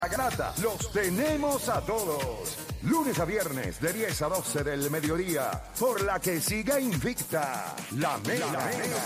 La Garata, los tenemos a todos. Lunes a viernes de 10 a 12 del mediodía. Por la que siga invicta. La Mega.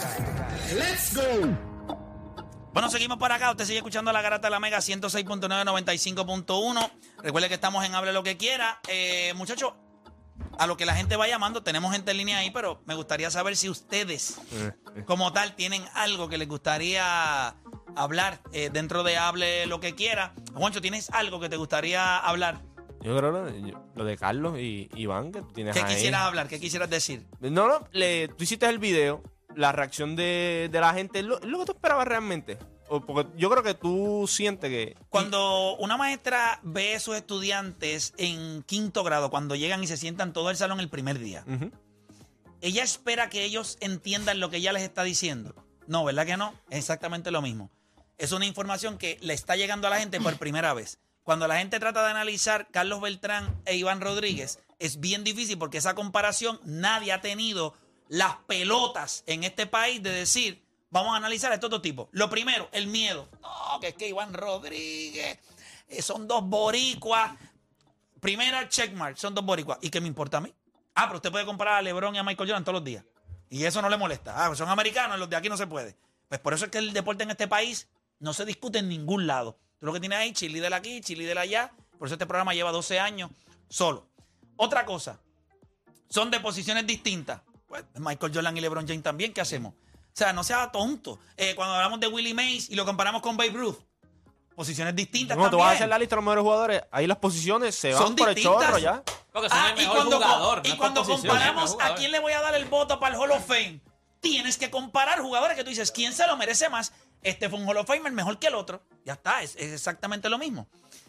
¡Let's go! Bueno, seguimos por acá. Usted sigue escuchando La Garata de la Mega 106.9, 95.1. Recuerde que estamos en Hable lo que quiera. Muchachos, a lo que la gente va llamando, tenemos gente en línea ahí, pero me gustaría saber si ustedes, como tal, tienen algo que les gustaría hablar dentro de Hable lo que quiera. Juancho, ¿tienes algo que te gustaría hablar? Yo creo lo de Carlos y Iván, que tú tienes ¿Qué ahí. quisieras hablar? ¿Qué quisieras decir? No, tú hiciste el video, la reacción de la gente, ¿lo que tú esperabas realmente? Porque yo creo que tú sientes que... Cuando una maestra ve a sus estudiantes en quinto grado, cuando llegan y se sientan todo el salón el primer día, ella espera que ellos entiendan lo que ella les está diciendo. No, ¿verdad que no? Es exactamente lo mismo. Es una información que le está llegando a la gente por primera vez. Cuando la gente trata de analizar Carlos Beltrán e Iván Rodríguez, es bien difícil porque esa comparación nadie ha tenido las pelotas en este país de decir, vamos a analizar a estos dos tipos. Lo primero, el miedo. No, que es que Iván Rodríguez, son dos boricuas. Primera checkmark, son dos boricuas. ¿Y qué me importa a mí? Ah, pero usted puede comparar a LeBron y a Michael Jordan todos los días. Y eso no le molesta. Ah, pues son americanos, los de aquí no se puede. Pues por eso es que el deporte en este país no se discute en ningún lado. Tú lo que tienes ahí, Chile de aquí, Chile de allá. Por eso este programa lleva 12 años solo. Otra cosa, son de posiciones distintas. Pues Michael Jordan y LeBron James también, ¿qué hacemos? O sea, no sea tonto. Cuando hablamos de Willie Mays y lo comparamos con Babe Ruth, posiciones distintas también. Tú vas a hacer la lista de los mejores jugadores, ahí las posiciones se van son por distintas. el chorro ya. Porque son el mejor jugador. Y cuando comparamos a quién le voy a dar el voto para el Hall of Fame, tienes que comparar jugadores que tú dices, ¿quién se lo merece más? Este fue un Hall of Famer mejor que el otro. Ya está, es exactamente lo mismo.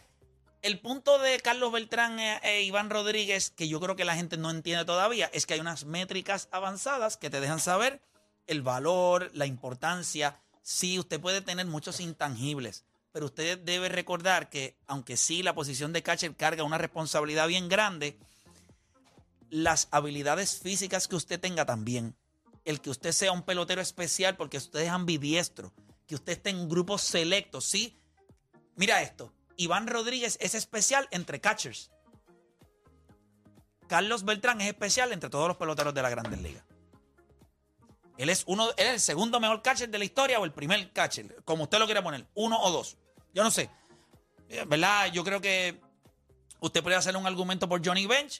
El punto de Carlos Beltrán e Iván Rodríguez, que yo creo que la gente no entiende todavía, es que hay unas métricas avanzadas que te dejan saber el valor, la importancia. Sí, usted puede tener muchos intangibles, pero usted debe recordar que, aunque sí la posición de catcher carga una responsabilidad bien grande, las habilidades físicas que usted tenga también. El que usted sea un pelotero especial porque usted es ambidiestro, que usted esté en grupos selectos, ¿sí? Mira esto, Iván Rodríguez es especial entre catchers. Carlos Beltrán es especial entre todos los peloteros de la Grandes Ligas. Él es el segundo mejor catcher de la historia o el primer catcher, como usted lo quiera poner, 1 o 2. Yo no sé, ¿verdad? Yo creo que usted puede hacer un argumento por Johnny Bench.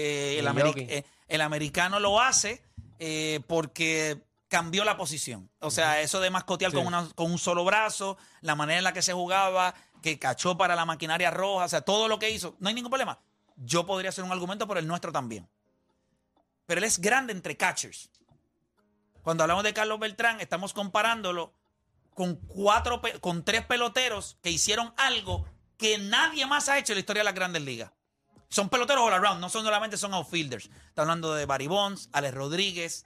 El americano lo hace porque cambió la posición. O sea, eso de mascotear con un solo brazo, la manera en la que se jugaba, que cachó para la maquinaria roja, o sea, todo lo que hizo, no hay ningún problema. Yo podría hacer un argumento por el nuestro también. Pero él es grande entre catchers. Cuando hablamos de Carlos Beltrán, estamos comparándolo con 3 peloteros que hicieron algo que nadie más ha hecho en la historia de las Grandes Ligas. Son peloteros all around, no solamente son outfielders. Está hablando de Barry Bonds, Alex Rodríguez,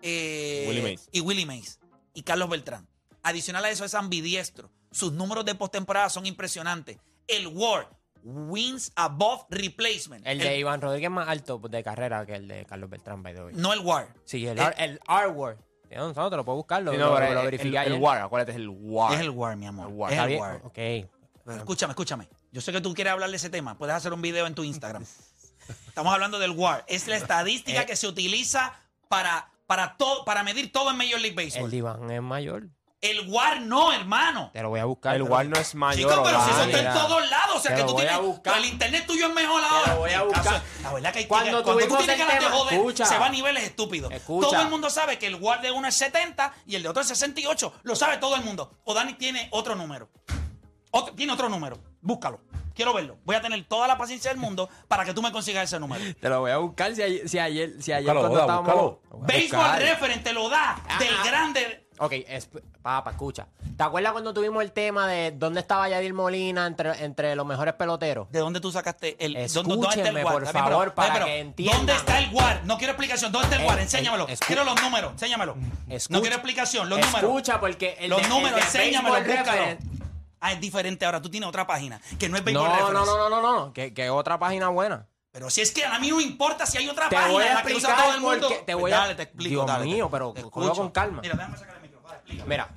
Willie Mays y Carlos Beltrán. Adicional a eso es ambidiestro. Sus números de postemporada son impresionantes. El WAR, Wins Above Replacement. El de Iván Rodríguez es más alto de carrera que el de Carlos Beltrán, by the way. No el WAR. Sí, el R-WAR. No, te lo puedo buscar, lo verifiqué el WAR, acuérdate, es el WAR. Es el WAR, mi amor. El WAR. Es ¿Está el bien? WAR. Ok. Pero escúchame. Yo sé que tú quieres hablar de ese tema. Puedes hacer un video en tu Instagram. Estamos hablando del WAR. Es la estadística que se utiliza para medir todo en Major League Baseball. El Iván es mayor. El WAR no, hermano. Te lo voy a buscar. El WAR no es mayor. Chico, pero si eso está mira. en todos lados. O sea, Te que lo tú voy a tienes. buscar. El internet tuyo es mejor ahora. Te lo voy a buscar. La verdad que Cuando cuando tú tuvimos tienes el ganas de tema, joder, escucha. se va a niveles estúpidos. Escucha. Todo el mundo sabe que el WAR de uno es 70 y el de otro es 68. Lo sabe todo el mundo. O Dani tiene otro número. Tiene otro número. Búscalo. Quiero verlo. Voy a tener toda la paciencia del mundo para que tú me consigas ese número. Te lo voy a buscar si ayer Búscalo, cuando estábamos... Baseball Reference te lo da del grande. Ok, papá, escucha. ¿Te acuerdas cuando tuvimos el tema de dónde estaba Yadier Molina entre los mejores peloteros? ¿De dónde tú sacaste el ¿dónde está Escúchenme, el WAR? por Está bien, favor, para que entiendan. ¿Dónde está el WAR? No quiero explicación. ¿Dónde está el WAR? Enséñamelo. Quiero los números. Enséñamelo. No quiero explicación. Los números. Escucha, porque Los números, de enséñamelo, Baseball búscalo. Reference- Ah, es diferente ahora. Tú tienes otra página que no es Baseball Reference. No. Que otra página buena. Pero si es que a mí no importa si hay otra Te página voy a en la que usa explicar todo el mundo. porque te Pues voy a... dale, te explico. Dios dale, mío, pero te cógelo escucho. con calma. Mira, déjame sacar el micrófono. Explícame. Mira,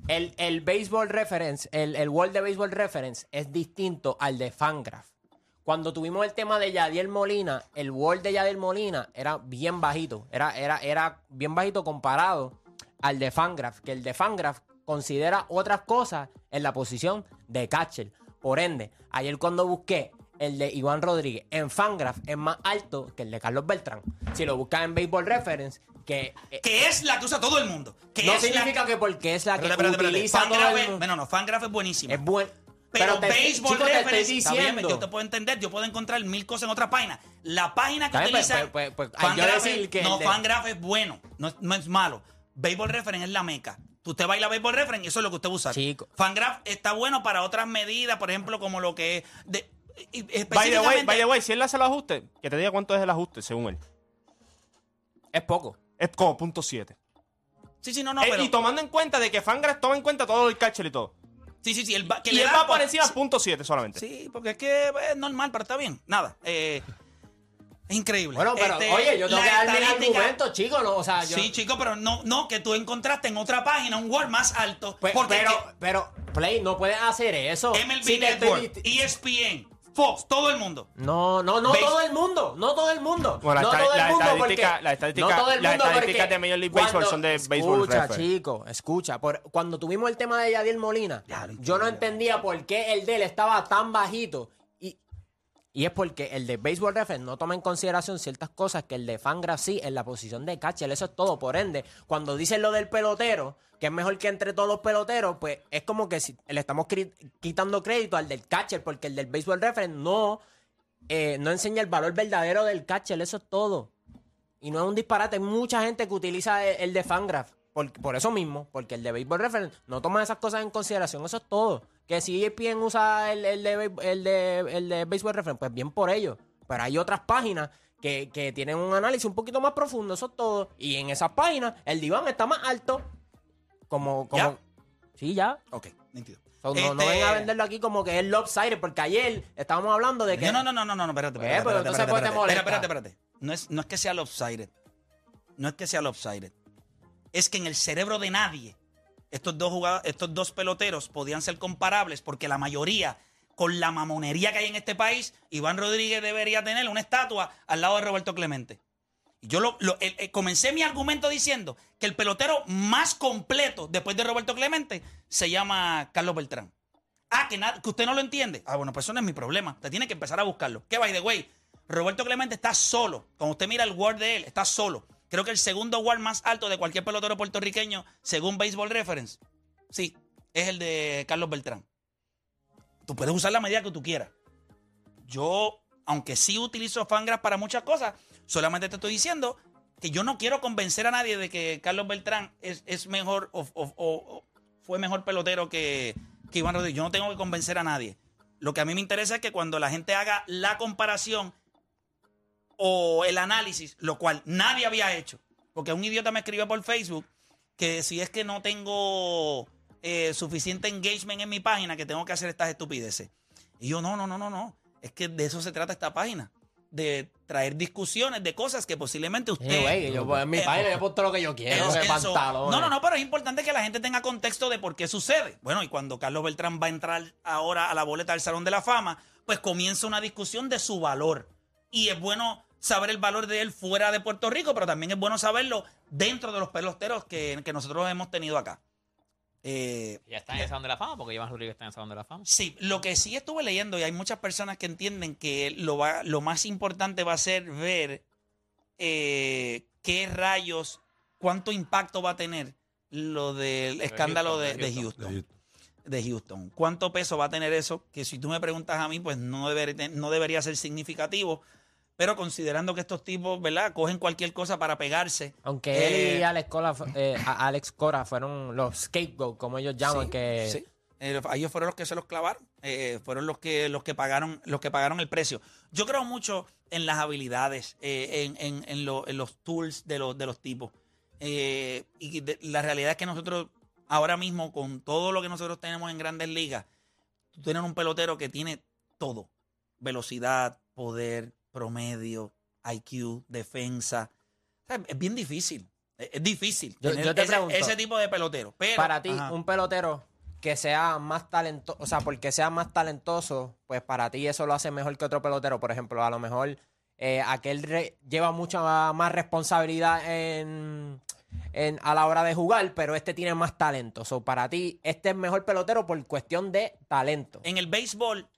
El Baseball Reference, el World de Baseball Reference es distinto al de Fangraph. Cuando tuvimos el tema de Yadiel Molina, el World de Yadiel Molina era bien bajito. Era bien bajito comparado al de Fangraph, que el de Fangraph considera otras cosas en la posición de catcher. Por ende, ayer cuando busqué el de Iván Rodríguez en Fangraph es más alto que el de Carlos Beltrán. Si lo buscas en Baseball Reference, que es la que usa todo el mundo. no significa que porque es la que utiliza todo el mundo. Bueno, no, Fangraph es buenísimo. Es bueno. Pero Baseball Reference, te estoy está bien, diciendo. yo te puedo entender, yo puedo encontrar 1000 cosas en otra página. La página que Está bien, utiliza pues, Fangraph, yo decir que no, el de- Fangraph es bueno, no es malo. Baseball Reference es la meca. Usted baila Baseball Reference y eso es lo que usted usa. Chico. Fangraph está bueno para otras medidas, por ejemplo, como lo que es... By the way, si él le hace el ajuste, que te diga cuánto es el ajuste, según él. Es poco. Es como .7. Sí, no, pero... Y tomando en cuenta de que Fangraphs toma en cuenta todo el catcher y todo. Sí, que Y le él da va por encima .7 solamente. Sí, porque es que es normal, pero está bien. Nada. Es increíble. Bueno, pero oye, yo tengo que dar mi estadística- argumento, chico. No, o sea, yo, Sí, chico, pero no, que tú encontraste en otra página un Word más alto. Pues, porque pero, Play, no puedes hacer eso. MLB Si te Network, estoy- ESPN, Fox, todo el mundo. No ¿Veis? todo el mundo. No todo el mundo. Bueno, no todo el mundo porque... las estadísticas de Major League Baseball son de Baseball Escucha, Reference. chico, escucha. Cuando tuvimos el tema de Yadiel Molina, Ya, no yo no entendía por qué el de él estaba tan bajito. Y es porque el de Baseball Reference no toma en consideración ciertas cosas que el de Fangraph sí en la posición de catcher. Eso es todo. Por ende, cuando dicen lo del pelotero, que es mejor que entre todos los peloteros, pues es como que si le estamos quitando crédito al del catcher, porque el del Baseball Reference no enseña el valor verdadero del catcher. Eso es todo. Y no es un disparate. Hay mucha gente que utiliza el de Fangraph por eso mismo, porque el de Baseball Reference no toma esas cosas en consideración. Eso es todo. Que si ESPN usa el de Baseball Reference, pues bien por ello. Pero hay otras páginas que tienen un análisis un poquito más profundo, eso es todo. Y en esas páginas el diván está más alto. Como ¿Ya? Sí, ya. Ok, nítido. So, no vengan a venderlo aquí como que es lopsided, porque ayer estábamos hablando de que... No, espérate. pero entonces, pues, te molesta. Espérate. No es que sea lopsided. No es que sea lopsided. Es que en el cerebro de nadie estos dos peloteros podían ser comparables porque la mayoría, con la mamonería que hay en este país, Iván Rodríguez debería tener una estatua al lado de Roberto Clemente. Y yo comencé mi argumento diciendo que el pelotero más completo después de Roberto Clemente se llama Carlos Beltrán. Que usted no lo entiende. Bueno, pues eso no es mi problema. Usted tiene que empezar a buscarlo. Que by the way, Roberto Clemente está solo. Cuando usted mira el WAR de él, está solo. Creo que el segundo WAR más alto de cualquier pelotero puertorriqueño, según Baseball Reference, sí, es el de Carlos Beltrán. Tú puedes usar la medida que tú quieras. Yo, aunque sí utilizo Fangraph para muchas cosas, solamente te estoy diciendo que yo no quiero convencer a nadie de que Carlos Beltrán es mejor o fue mejor pelotero que Iván Rodríguez. Yo no tengo que convencer a nadie. Lo que a mí me interesa es que cuando la gente haga la comparación o el análisis, lo cual nadie había hecho, porque un idiota me escribió por Facebook que si es que no tengo suficiente engagement en mi página, que tengo que hacer estas estupideces. Y yo, no. Es que de eso se trata esta página. De traer discusiones de cosas que posiblemente usted... yo en mi página yo pongo lo que yo quiero. No, pero es importante que la gente tenga contexto de por qué sucede. Bueno, y cuando Carlos Beltrán va a entrar ahora a la boleta del Salón de la Fama, pues comienza una discusión de su valor. Y es bueno saber el valor de él fuera de Puerto Rico, pero también es bueno saberlo dentro de los peloteros que nosotros hemos tenido acá. Ya está en el Salón de la Fama, porque Iván Rodríguez está en el Salón de la Fama. Sí, lo que sí estuve leyendo, y hay muchas personas que entienden que lo más importante va a ser ver qué rayos, cuánto impacto va a tener lo del escándalo de Houston. ¿Cuánto peso va a tener eso? Que si tú me preguntas a mí, pues no debería ser significativo. Pero considerando que estos tipos, ¿verdad?, cogen cualquier cosa para pegarse. Aunque él y Alex Cora fueron los scapegoats, como ellos llaman. Sí, que sí. Ellos fueron los que se los clavaron. Fueron los que pagaron el precio. Yo creo mucho en las habilidades, en los tools de los tipos. La realidad es que nosotros, ahora mismo, con todo lo que nosotros tenemos en Grandes Ligas, tú tienes un pelotero que tiene todo. Velocidad, poder, promedio, IQ, defensa. O sea, es bien difícil. Es difícil Yo tener te pregunto, ese tipo de pelotero. Pero, para ti, ajá. un pelotero que sea más talentoso, o sea, porque sea más talentoso, pues para ti eso lo hace mejor que otro pelotero. Por ejemplo, a lo mejor aquel lleva mucha más responsabilidad a la hora de jugar, pero este tiene más talento. So, para ti, este es mejor pelotero por cuestión de talento. En el béisbol,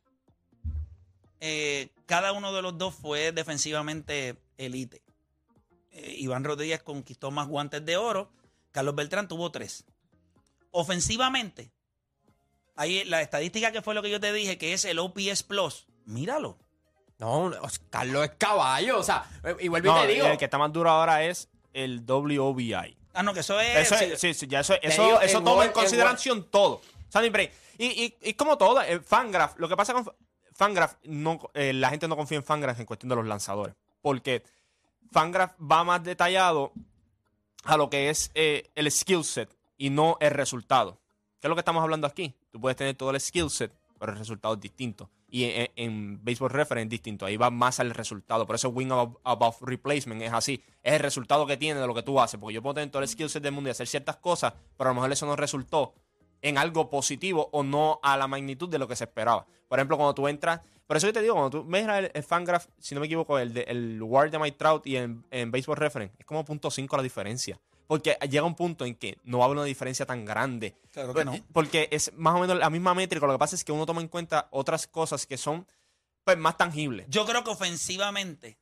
cada uno de los dos fue defensivamente elite. Iván Rodríguez conquistó más guantes de oro. Carlos Beltrán tuvo 3. Ofensivamente, ahí la estadística que fue lo que yo te dije, que es el OPS Plus. Míralo. No, Carlos es caballo. O sea, y vuelvo No, y te digo. el que está más duro ahora es el WOBI. Ah, no, que eso es... digo, Eso en toma en Word- consideración todo. Sandy Bray. Y como todo, Fangraph, lo que pasa con Fangraph, la gente no confía en Fangraph en cuestión de los lanzadores. Porque Fangraph va más detallado a lo que es el skill set y no el resultado. ¿Qué es lo que estamos hablando aquí? Tú puedes tener todo el skill set, pero el resultado es distinto. Y en Baseball Reference es distinto. Ahí va más al resultado. Por eso win above replacement es así. Es el resultado que tiene de lo que tú haces. Porque yo puedo tener todo el skill set del mundo y hacer ciertas cosas, pero a lo mejor eso no resultó en algo positivo o no a la magnitud de lo que se esperaba. Por ejemplo, cuando tú entras... Por eso yo te digo, cuando tú ves el Fangraph, si no me equivoco, el WAR de Mike Trout y en Baseball Reference, es como 0.5 la diferencia. Porque llega un punto en que no va a haber una diferencia tan grande. Claro que no. Porque es más o menos la misma métrica. Lo que pasa es que uno toma en cuenta otras cosas que son pues más tangibles. Yo creo que ofensivamente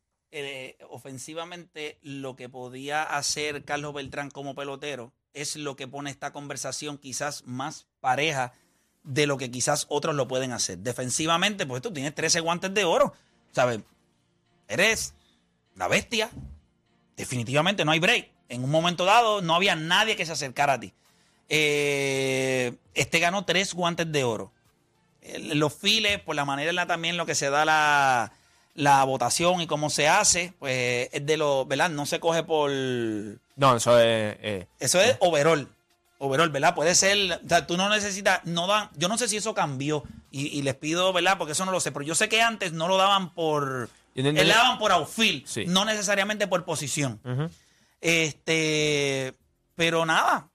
lo que podía hacer Carlos Beltrán como pelotero es lo que pone esta conversación quizás más pareja de lo que quizás otros lo pueden hacer. Defensivamente, pues tú tienes 13 guantes de oro, ¿sabes? Eres la bestia. Definitivamente no hay break. En un momento dado no había nadie que se acercara a ti. Este ganó 3 guantes de oro. Los files, por la manera en la también lo que se da la votación y cómo se hace, pues es de lo, ¿verdad? No se coge por... No, eso es... Eso es overall. Overall, ¿verdad? Puede ser, o sea, tú no necesitas, no dan, yo no sé si eso cambió y les pido, ¿verdad? Porque eso no lo sé, pero yo sé que antes no lo daban por, le daban por outfield, sí, no necesariamente por posición. Uh-huh. Pero nada,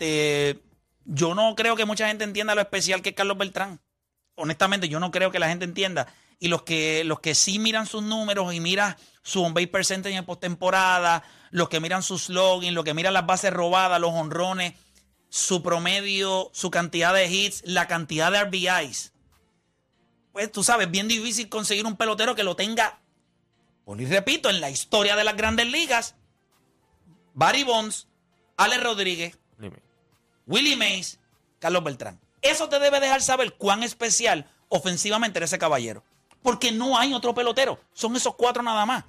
yo no creo que mucha gente entienda lo especial que es Carlos Beltrán. Honestamente, yo no creo que la gente entienda. Y los que sí miran sus números y miran su on-base percentage en postemporada, los que miran su slogan, los que miran las bases robadas, los honrones, su promedio, su cantidad de hits, la cantidad de RBIs. Pues tú sabes, bien difícil conseguir un pelotero que lo tenga, y repito, en la historia de las grandes ligas. Barry Bonds, Alex Rodríguez, Willie Mays, Carlos Beltrán. Eso te debe dejar saber cuán especial ofensivamente era ese caballero. Porque no hay otro pelotero. Son esos 4 nada más.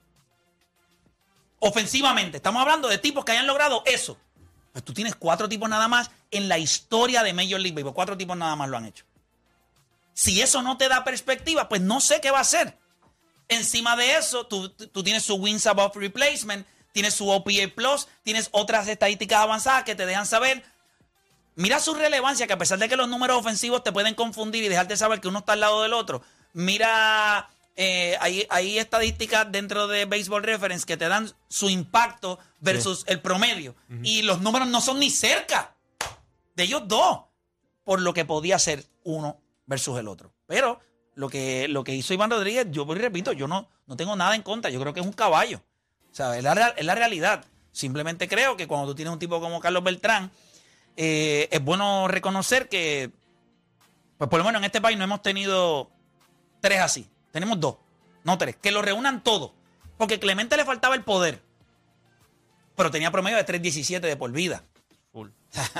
Ofensivamente, estamos hablando de tipos que hayan logrado eso. Pues tú tienes 4 tipos nada más en la historia de Major League Baseball. 4 tipos nada más lo han hecho. Si eso no te da perspectiva, pues no sé qué va a hacer. Encima de eso, tú tienes su wins above replacement, tienes su OPA Plus, tienes otras estadísticas avanzadas que te dejan saber. Mira su relevancia, que a pesar de que los números ofensivos te pueden confundir y dejarte saber que uno está al lado del otro, mira, hay estadísticas dentro de Baseball Reference que te dan su impacto versus el promedio. Uh-huh. Y los números no son ni cerca de ellos dos, por lo que podía ser uno versus el otro. Pero lo que hizo Iván Rodríguez, yo repito, yo no tengo nada en contra. Yo creo que es un caballo. O sea, es la realidad. Simplemente creo que cuando tú tienes un tipo como Carlos Beltrán, es bueno reconocer que, pues por lo menos en este país no hemos tenido 3 así. Tenemos 2, no 3, que lo reúnan todo. Porque Clemente le faltaba el poder, pero tenía promedio de 3.17 de por vida. Full.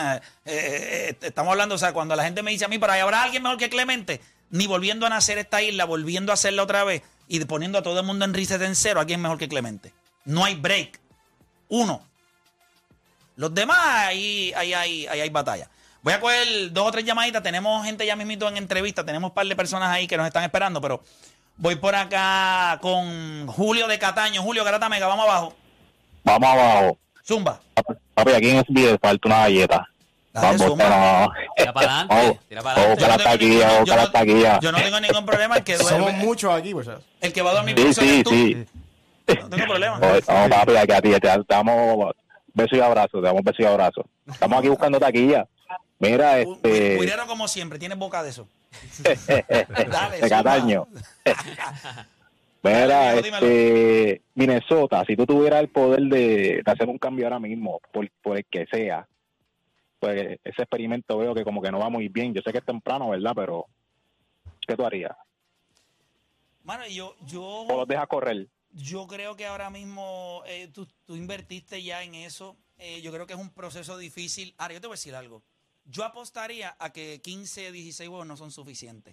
Estamos hablando, o sea, cuando la gente me dice a mí, pero ¿habrá alguien mejor que Clemente? Ni volviendo a nacer esta isla, volviendo a hacerla otra vez y poniendo a todo el mundo en reset en cero, ¿alguien mejor que Clemente? No hay break. 1. Los demás, ahí hay batalla. Voy a coger 2 o 3 llamaditas. Tenemos gente ya mismito en entrevista. Tenemos un par de personas ahí que nos están esperando, pero voy por acá con Julio de Cataño. Julio, Garata Mega, vamos abajo. Vamos abajo. Zumba. Papi, aquí en SBS falta una galleta. Dale, Vamos, Tira para adelante. Tira para adelante. Yo no tengo ningún problema. El que Somos muchos aquí, pues. El que va a dormir Sí, por eso eres tú. sí. No tengo problema. No, papi, aquí a ti te damos beso y abrazo, te damos beso y abrazo. Estamos aquí buscando taquilla. Mira, Cuidero como siempre, tienes boca de eso. Dale, de Cataño. Mira, Dale, dímelo. Minnesota, si tú tuvieras el poder de hacer un cambio ahora mismo, por el que sea, pues ese experimento veo que como que no va muy bien. Yo sé que es temprano, ¿verdad? Pero, ¿qué tú harías? Mano, ¿O los dejas correr? yo creo que ahora mismo tú invertiste ya en eso. Yo creo que es un proceso difícil. Ahora, yo te voy a decir algo. Yo apostaría a que 15, 16 juegos no son suficientes.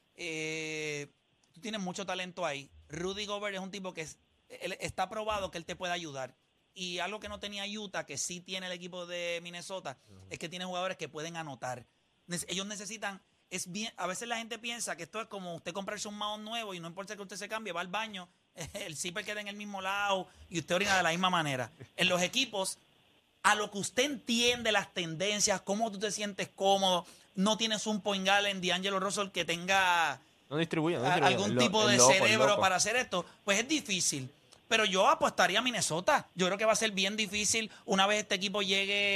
Tú tienes mucho talento ahí. Rudy Gobert es un tipo que él está probado que él te puede ayudar. Y algo que no tenía Utah, que sí tiene el equipo de Minnesota, es que tiene jugadores que pueden anotar. Ellos necesitan... a veces la gente piensa que esto es como usted comprarse un mahón nuevo y no importa que usted se cambie, va al baño, el zipper queda en el mismo lado y usted orina de la misma manera. En los equipos, a lo que usted entiende las tendencias, cómo tú te sientes cómodo, no tienes un point guard en D'Angelo Russell que tenga No distribuye. algún tipo de cerebro para hacer esto, pues es difícil. Pero yo apostaría a Minnesota. Yo creo que va a ser bien difícil una vez este equipo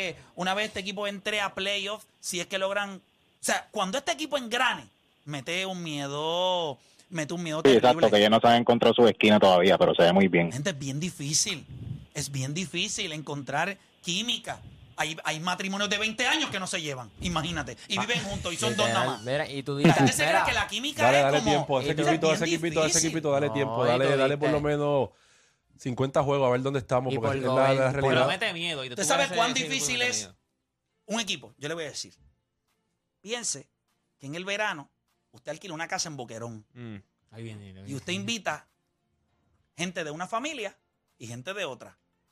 entre a playoffs, si es que logran... O sea, cuando este equipo engrane, mete un miedo Sí, terrible. exacto, que ellos no se han encontrado su esquina todavía, pero se ve muy bien. Gente, es bien difícil encontrar química. Hay matrimonios de 20 años que no se llevan, imagínate, y viven juntos y son dos nada más. Mira, y tú La dices, gente se cree mira, que la química Dale, es dale como... tiempo. Ese es bien equipito, difícil. dale No, tiempo. y tú Dale por viste. lo menos 50 juegos a ver dónde estamos, Y porque por es la Gobert, Pero realidad. mete miedo. Y ¿Usted sabe cuán difícil es un equipo? Yo le voy a decir. Piense que en el verano usted alquila una casa en Boquerón Ahí viene. y usted invita gente de una familia y gente de otra.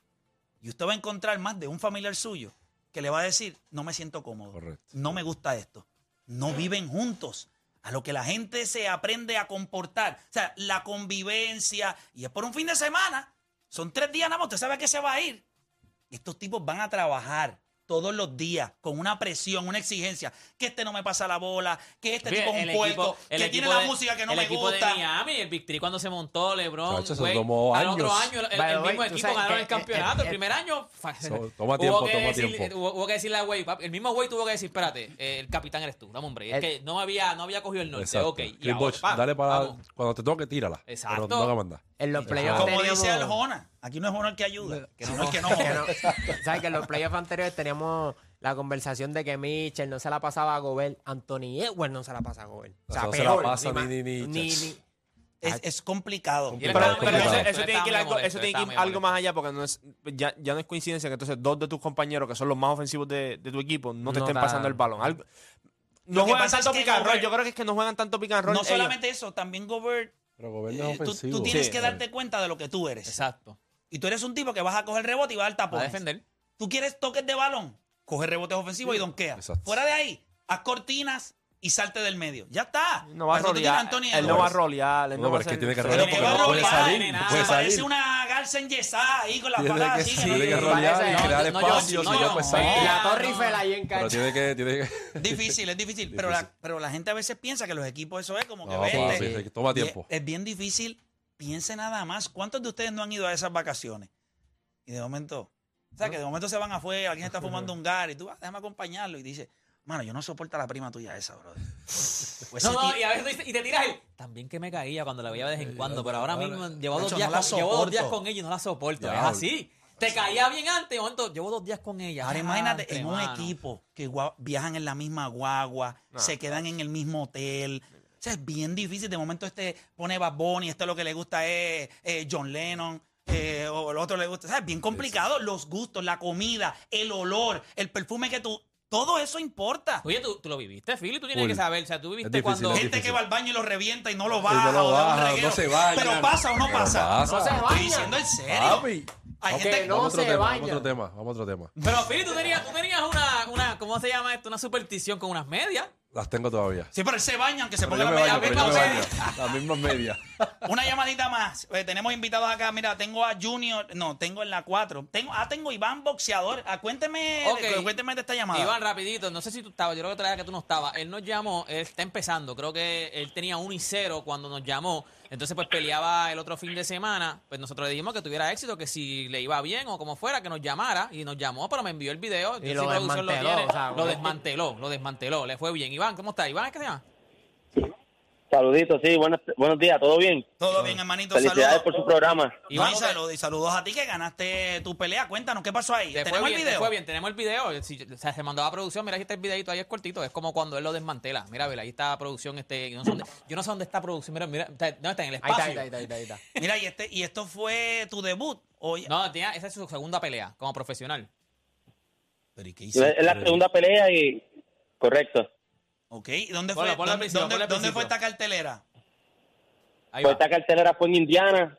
Y usted va a encontrar más de un familiar suyo que le va a decir, no me siento cómodo, Correcto. no me gusta esto. No viven juntos. A lo que la gente se aprende a comportar. O sea, la convivencia. Y es por un fin de semana. Son 3 días nada más. Usted sabe que se va a ir. Estos tipos van a trabajar todos los días con una presión, una exigencia. Que este no me pasa la bola, que este tipo es un puerco, que tiene la música que no me gusta. El equipo de Miami, el Big Three cuando se montó, LeBron, Chacho, eso güey, tomó al otro años. año By the el way, mismo tú equipo sabes ganaron que el campeonato. El primer año Toma tiempo. Hubo que decirle a güey, el mismo güey tuvo que decir, espérate, el capitán eres tú, dame hombre. Es que no había cogido el norte. Exacto. Ok, y Chris ahora, Bosh, dale para... vamos. Cuando te toque, tírala. Exacto. Pero no haga mandar. en los playoffs Como teníamos... dice Aljona. Aquí no es Jona el que ayuda, sino el que no que joda. no- ¿Sabes que en los playoffs anteriores teníamos la conversación de que Mitchell no se la pasaba a Gobert, Anthony Edwards no se la pasa a Gobert? O sea, No se la peor, pasa más- ni- Es complicado. Y él Pero estaba muy eso molesto, eso tiene que ir estaba algo, muy eso tiene que ir molesto, algo más allá porque ya no es coincidencia que entonces 2 de tus compañeros que son los más ofensivos de tu equipo no te No estén da- pasando el balón. Lo No que juegan pasa es tanto que pick and roll. Gobert- Yo creo que es que no juegan tanto pick and roll. No ellos. solamente eso, también Gobert, Pero Gobert no es tú ofensivo. tienes Sí. que darte cuenta de lo que tú eres. Exacto. Y tú eres un tipo que vas a coger rebote y vas a dar Va a tapones. defender. Tú quieres toques de balón, coge rebotes ofensivos y donkea. Exacto. Fuera de ahí, haz cortinas y salte del medio. Ya está. No va a Para eso tú tienes rolear. Anthony Él no va a Edwards. rolear. él No, no va pero a es que hacer- tiene que Pero rolear que porque va a no puede rolear, salir. nena. No puede Parece salir. una garza enyesada ahí con la Tiene pala que- así. tiene que no- rolear y no, crear no, espacio. no, Si no, no, pues no. salir. La no. Torre Eiffel ahí en Pero cancha. tiene que... Es difícil. Pero la gente a veces piensa que los equipos eso es como que No, vete. papi, sí, toma Y tiempo. Es bien difícil. Piense nada más. ¿Cuántos de ustedes no han ido a esas vacaciones? Y de momento, o sea, que de momento se van afuera, alguien está fumando un gar y tú, déjame acompañarlo. Y dice, mano, yo no soporto a la prima tuya esa, brother. Pues No, ese no, tío- y a veces y te tiras él. También que me caía cuando la veía de vez en cuando, pero ahora mismo llevo Nacho, 2 días, no la llevo 2 días soporto. con ella y no la soporto. Es Diablo. así. Te caía bien antes, de momento, llevo 2 días con ella. Ahora imagínate Entre, en un mano. equipo que viajan en la misma guagua, se quedan en el mismo hotel. O sea, es bien difícil. De momento pone Bad Bunny, lo que le gusta es John Lennon, o el otro le gusta. O sea, es bien complicado. Los gustos, la comida, el olor, el perfume que tú... Todo eso importa. Oye, tú lo viviste, Philly, tú tienes Full. que saber. O sea, tú viviste Es difícil, cuando... es Gente difícil. que va al baño y lo revienta y no lo Y baja. no lo o da un baja, reguero. no se baña. Pero pasa o no Pero pasa. pasa. No se Estoy baña. diciendo en serio. Papi. Hay Ok, gente no Vamos a otro se tema, baña. vamos a otro tema. Pero, Philly, tú tenías una, ¿cómo se llama esto? Una superstición con unas medias. Las tengo todavía. Sí, pero él se baña aunque se Pero ponga yo la me media baño, pero yo me pepa. baño. Las mismas medias. Una llamadita más. Tenemos invitados acá. Mira, tengo a Junior. No, tengo en la 4. Tengo Iván Boxeador. Cuénteme de esta llamada. Iván, rapidito, no sé si tú estabas, yo creo que tú no estabas. Él nos llamó, él está empezando, creo que él tenía 1-0 cuando nos llamó. Entonces, pues peleaba el otro fin de semana. Pues nosotros le dijimos que tuviera éxito, que si le iba bien o como fuera, que nos llamara. Y nos llamó, pero me envió el video. Y lo desmanteló. Lo desmanteló. Le fue bien. Iván, ¿cómo está? ¿Iván es que se llama? Saluditos, sí, buenos días, ¿todo bien? Todo bien, hermanito. Felicidades Saludos. por su programa. Iván, y saludos a ti que ganaste tu pelea. Cuéntanos, ¿qué pasó ahí? ¿Tenemos el video? Te fue bien, tenemos el video. Se mandó a producción. Mira, ahí está el videito, ahí es cortito. Es como cuando él lo desmantela. Mira, ahí está producción. Yo no sé dónde está producción. Mira, ¿dónde está? En el espacio. Ahí está. Mira, y esto fue tu debut. No, esa es su segunda pelea como profesional. ¿Pero y qué hiciste? Es la segunda pelea y... Correcto. Ok, ¿y dónde fue? ¿Dónde fue esta cartelera? Pues esta cartelera fue en Indiana.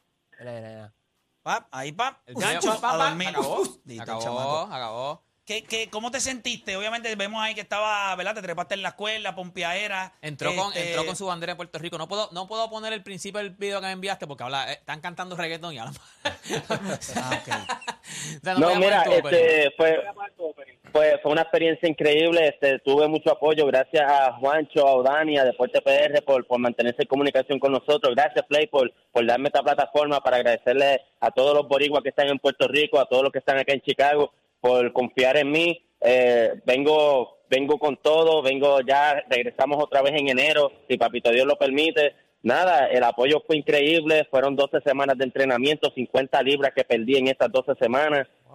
Pap, ahí, pap. El Gancho, video, a dormir. Acabó. ¿Cómo te sentiste? Obviamente vemos ahí que estaba, ¿verdad? Te trepaste en la escuela, pompeadera. Entró con su bandera de Puerto Rico. No puedo poner el principio del video que me enviaste porque están cantando reggaetón y hablan. Okay. O sea, No, mira, fue una experiencia increíble. Tuve mucho apoyo. Gracias a Juancho, a Odani, a Deporte PR por mantenerse en comunicación con nosotros. Gracias, Play, por darme esta plataforma para agradecerle a todos los boricuas que están en Puerto Rico, a todos los que están acá en Chicago, por confiar en mí. Vengo con todo. Regresamos otra vez en enero, si Papito Dios lo permite. Nada, el apoyo fue increíble. Fueron 12 semanas de entrenamiento, 50 libras que perdí en estas 12 semanas. Wow.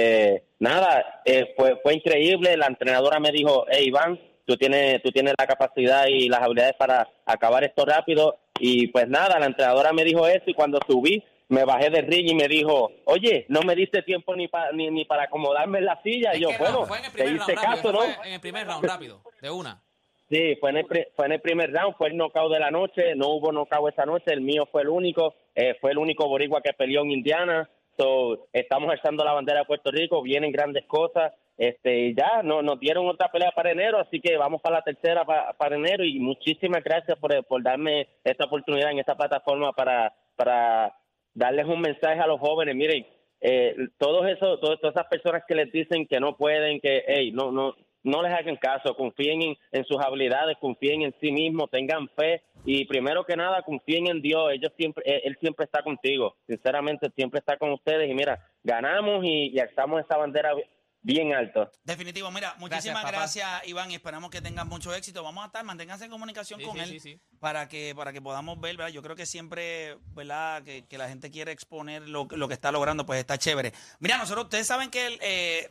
Fue increíble. La entrenadora me dijo, hey, Iván, tú tienes la capacidad y las habilidades para acabar esto rápido. Y pues nada, la entrenadora me dijo eso y cuando subí, me bajé del ring y me dijo, oye, no me diste tiempo ni para acomodarme en la silla. Y yo, bueno, te hice caso, ¿no? En el primer round, rápido, de una. Sí, fue en el primer round, fue el knockout de la noche. No hubo knockout esa noche, el mío fue el único boricua que peleó en Indiana. So, estamos alzando la bandera de Puerto Rico, vienen grandes cosas. Ya nos dieron otra pelea para enero, así que vamos para la tercera para enero. Y muchísimas gracias por darme esta oportunidad en esta plataforma para darles un mensaje a los jóvenes. Miren, todas esas personas que les dicen que no pueden, que no les hagan caso, confíen en sus habilidades, confíen en sí mismos, tengan fe y primero que nada confíen en Dios. Él siempre está contigo, sinceramente siempre está con ustedes y mira, ganamos y alzamos esa bandera bien alto. Definitivo, mira, muchísimas gracias Iván, y esperamos que tengan mucho éxito. Vamos a estar, manténganse en comunicación con él. Para que podamos ver, ¿verdad? Yo creo que siempre, ¿verdad? Que la gente quiere exponer lo que está logrando, pues está chévere. Mira, ustedes saben que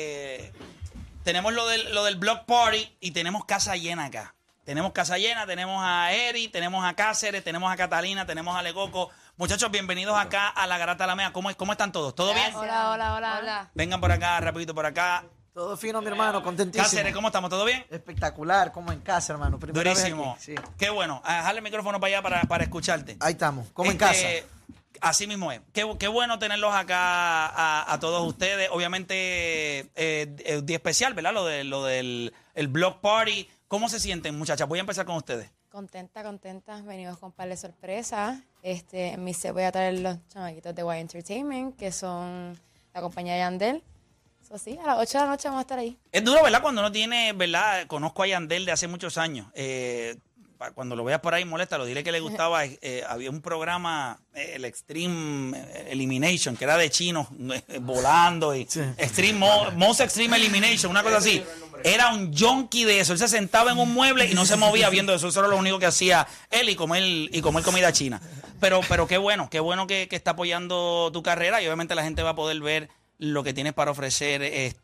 tenemos lo del Block Party y tenemos casa llena acá. Tenemos casa llena, tenemos a Eri, tenemos a Cáceres, tenemos a Catalina, tenemos a Lecoco. Muchachos, bienvenidos acá a La Garata de la Mea. ¿Cómo están todos? ¿Todo bien? Hola. Vengan por acá, rapidito por acá. Todo fino, mi hermano, contentísimo. Cáceres, ¿cómo estamos? ¿Todo bien? Espectacular, como en casa, hermano. Durísimo. Sí. Qué bueno. Jale el micrófono para allá para escucharte. Ahí estamos, como en casa. Así mismo es. Qué bueno tenerlos acá a todos ustedes. Obviamente, día especial, ¿verdad? Lo del Block Party. ¿Cómo se sienten, muchachas? Voy a empezar con ustedes. Contenta. Venimos con un par de sorpresas. En mi set voy a traer los chamaquitos de Y Entertainment, que son la compañía de Yandel. Eso sí, a las 8 de la noche vamos a estar ahí. Es duro, ¿verdad? Cuando uno tiene, ¿verdad? Conozco a Yandel de hace muchos años. Cuando lo veas por ahí, moléstalo. Dile que le gustaba. Había un programa, el Extreme Elimination, que era de chinos volando. Y sí. Most Extreme Elimination, una cosa así. Era un junkie de eso. Él se sentaba en un mueble y no se movía viendo eso. Eso era lo único que hacía él y comer comida china. Pero qué bueno que está apoyando tu carrera y obviamente la gente va a poder ver lo que tienes para ofrecer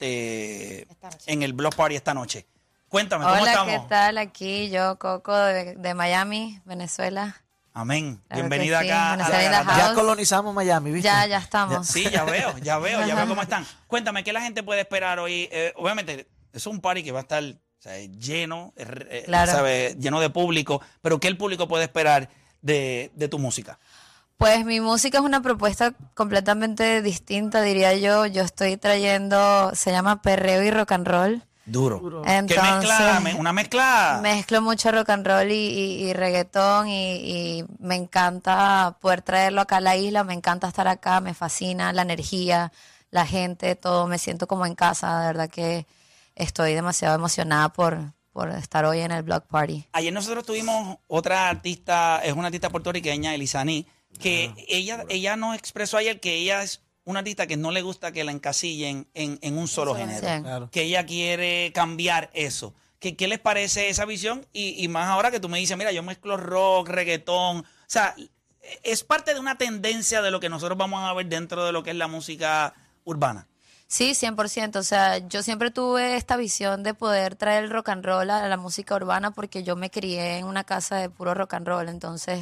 en el Block Party esta noche. Cuéntame, ¿cómo estamos? Hola, ¿qué tal? Aquí yo, Coco, de Miami, Venezuela. Amén. Claro, bienvenida sí. acá. Ya colonizamos Miami, ¿viste? Ya estamos. Sí, ya veo cómo están. Cuéntame, ¿qué la gente puede esperar hoy? Obviamente, es un party que va a estar lleno, claro. ¿sabes? Lleno de público, pero ¿qué el público puede esperar de tu música? Pues mi música es una propuesta completamente distinta, diría yo. Yo estoy trayendo, se llama perreo y rock and roll. Duro. Entonces, ¿Qué mezcla? Una mezcla. Mezclo mucho rock and roll y reggaetón y me encanta poder traerlo acá a la isla, me encanta estar acá, me fascina la energía, la gente, todo, me siento como en casa, de verdad que estoy demasiado emocionada por estar hoy en el Block Party. Ayer nosotros tuvimos otra artista, es una artista puertorriqueña, Elizani, que ella nos expresó ayer que ella es una artista que no le gusta que la encasillen en un solo género. Sí. Claro. Que ella quiere cambiar eso. ¿Qué les parece esa visión? Y más ahora que tú me dices, mira, yo mezclo rock, reggaetón. O sea, es parte de una tendencia de lo que nosotros vamos a ver dentro de lo que es la música urbana. Sí, 100%. O sea, yo siempre tuve esta visión de poder traer el rock and roll a la música urbana porque yo me crié en una casa de puro rock and roll. Entonces,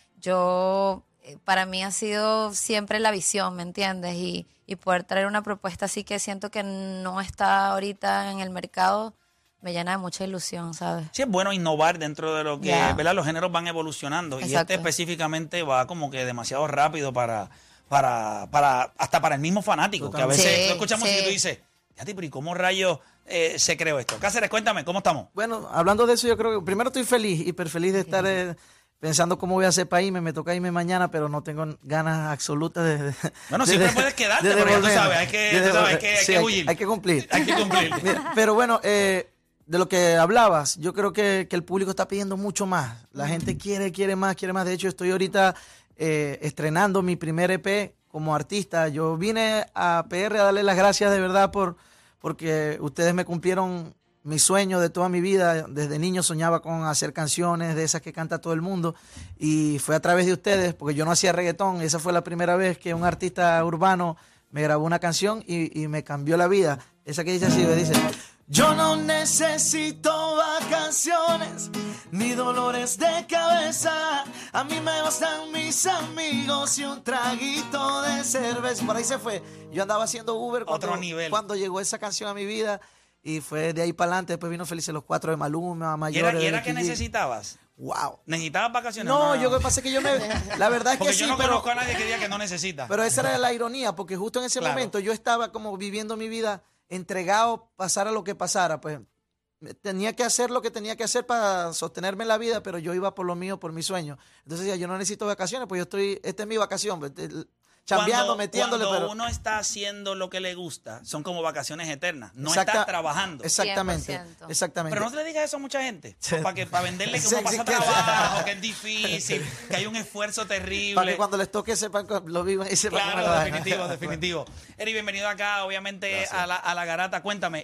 para mí ha sido siempre la visión, ¿me entiendes? Y poder traer una propuesta así que siento que no está ahorita en el mercado me llena de mucha ilusión, ¿sabes? Sí, es bueno innovar dentro de lo que, ¿verdad? Los géneros van evolucionando. Exacto. Y este específicamente va como que demasiado rápido hasta para el mismo fanático. Que a veces Sí, tú escuchamos sí. y tú dices, fíjate, pero ¿y cómo rayos se creó esto? Cáceres, cuéntame, ¿cómo estamos? Bueno, hablando de eso, yo creo que primero estoy feliz, hiper feliz de estar pensando cómo voy a hacer para irme. Me toca irme mañana, pero no tengo ganas absolutas de Bueno, siempre puedes quedarte, pero ya tú sabes, hay que huir. Hay que cumplir. Hay que cumplir. Mira, pero bueno, de lo que hablabas, yo creo que el público está pidiendo mucho más. La gente quiere más. De hecho, estoy ahorita estrenando mi primer EP como artista. Yo vine a PR a darle las gracias de verdad porque ustedes me cumplieron mi sueño de toda mi vida. Desde niño soñaba con hacer canciones de esas que canta todo el mundo y fue a través de ustedes, porque yo no hacía reggaetón. Esa fue la primera vez que un artista urbano me grabó una canción y me cambió la vida. Esa que dice así, dice: yo no necesito vacaciones ni dolores de cabeza. A mí me bastan mis amigos y un traguito de cerveza. Por ahí se fue. Yo andaba haciendo Uber cuando llegó esa canción a mi vida. Y fue de ahí para adelante. Después vino Felices los Cuatro de Maluma, Mayores. ¿Y era que de Becky G. necesitabas? Wow. ¿Necesitabas vacaciones? No, yo lo que pasa es que la verdad es porque que sí, yo no pero conozco a nadie que diga que no necesita. pero esa era la ironía, porque justo en ese Claro. momento yo estaba como viviendo mi vida entregado, pasara lo que pasara, pues tenía que hacer lo que tenía que hacer para sostenerme en la vida, pero yo iba por lo mío, por mi sueño. Entonces decía, yo no necesito vacaciones, pues esta es mi vacación, pues, chambeando, metiéndole. Cuando pero uno está haciendo lo que le gusta, son como vacaciones eternas. No Exacta- estás trabajando. Exactamente, 100%. exactamente. Pero no le digas eso a mucha gente. Para venderle que Sí, uno pasa sí, que- trabajo, que es difícil, que hay un esfuerzo terrible. para que cuando les toque sepan que lo vivan y sepan cómo Claro, la definitivo, vaina. definitivo. Eri, bienvenido acá, obviamente, a la garata. Cuéntame,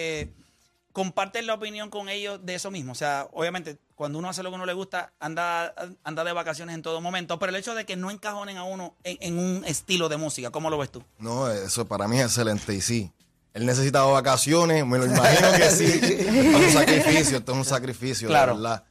¿compartes la opinión con ellos de eso mismo? O sea, obviamente, cuando uno hace lo que uno le gusta, anda de vacaciones en todo momento, pero el hecho de que no encajonen a uno en un estilo de música, ¿cómo lo ves tú? No, eso para mí es excelente. Y sí, él necesitaba vacaciones, me lo imagino que sí. Esto es un sacrificio, Claro. de verdad.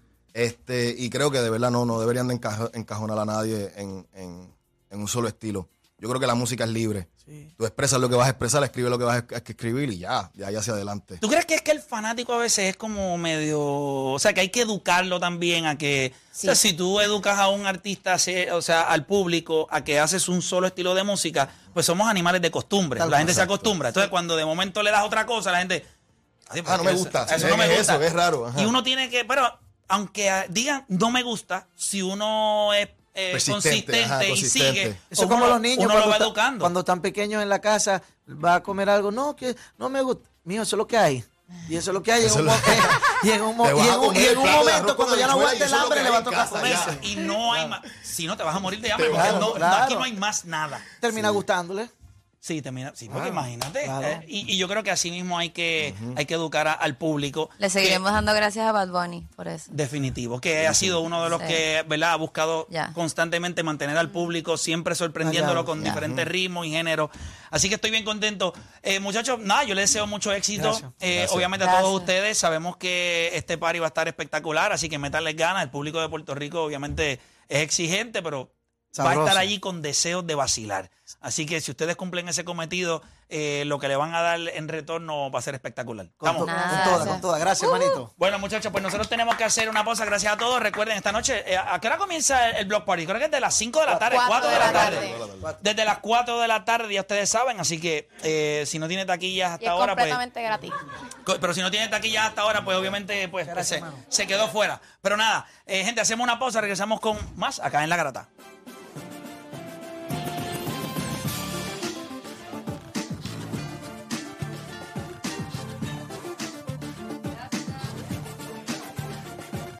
Y creo que de verdad no deberían de encajonar a nadie en un solo estilo. Yo creo que la música es libre. Sí. Tú expresas lo que vas a expresar, escribes lo que vas a escribir y ya hacia adelante. ¿Tú crees que es que el fanático a veces es como medio... O sea, que hay que educarlo también a que... Sí. O sea, si tú educas a un artista, o sea, al público, a que haces un solo estilo de música, pues somos animales de costumbre. Tal La gente se Exacto. acostumbra. Entonces, cuando de momento le das otra cosa, la gente... "Ay, pero No me eso- gusta. Eso no me Es gusta. eso, es raro. Ajá. Y uno tiene que... Pero aunque digan no me gusta, si uno es consistente y consistente. sigue... Eso es uno como lo- los niños uno lo va está- educando. cuando están pequeños en la casa, va a comer algo, no, que no me gusta. Mijo, eso es lo que hay. Y eso es lo que hay. Eso es lo- Y en un Te vas a comer el plato de momento, arroz cuando con ya no habichuela, aguante y el eso es lo hambre, que le va a hay en tocar casa, comerse. Y no hay más... Si no, te vas a morir de hambre, porque Claro, no, claro. aquí no hay más nada. Termina gustándole. Sí, porque imagínate. claro. Y yo creo que así mismo hay que educar al público. Le seguiremos que- dando gracias a Bad Bunny por eso. Definitivo, que ha sido uno de los Sí. que, ¿verdad?, ha buscado Ya. constantemente mantener al público siempre sorprendiéndolo Allá. con Ya. diferentes ritmos y géneros. Así que estoy bien contento. Muchachos, nada, yo les deseo mucho éxito. Gracias. Obviamente a Gracias. todos ustedes, sabemos que este party va a estar espectacular, así que métanles ganas. El público de Puerto Rico obviamente es exigente, pero va a Sabroso. estar allí con deseos de vacilar. Así que si ustedes cumplen ese cometido, lo que le van a dar en retorno va a ser espectacular. Con Vamos. con toda. Gracias, manito. Bueno, muchachos, pues nosotros tenemos que hacer una pausa. Gracias a todos. Recuerden, esta noche, ¿a qué hora comienza el Block Party? Creo que es de las 5 de la tarde, 4 de la tarde. Desde las 4 de la tarde, ya ustedes saben. Así que si no tiene taquillas hasta ahora, pues... completamente gratis. Pero si no tiene taquillas hasta ahora, pues obviamente se quedó fuera. Pero nada, gente, hacemos una pausa. Regresamos con más acá en La Garata.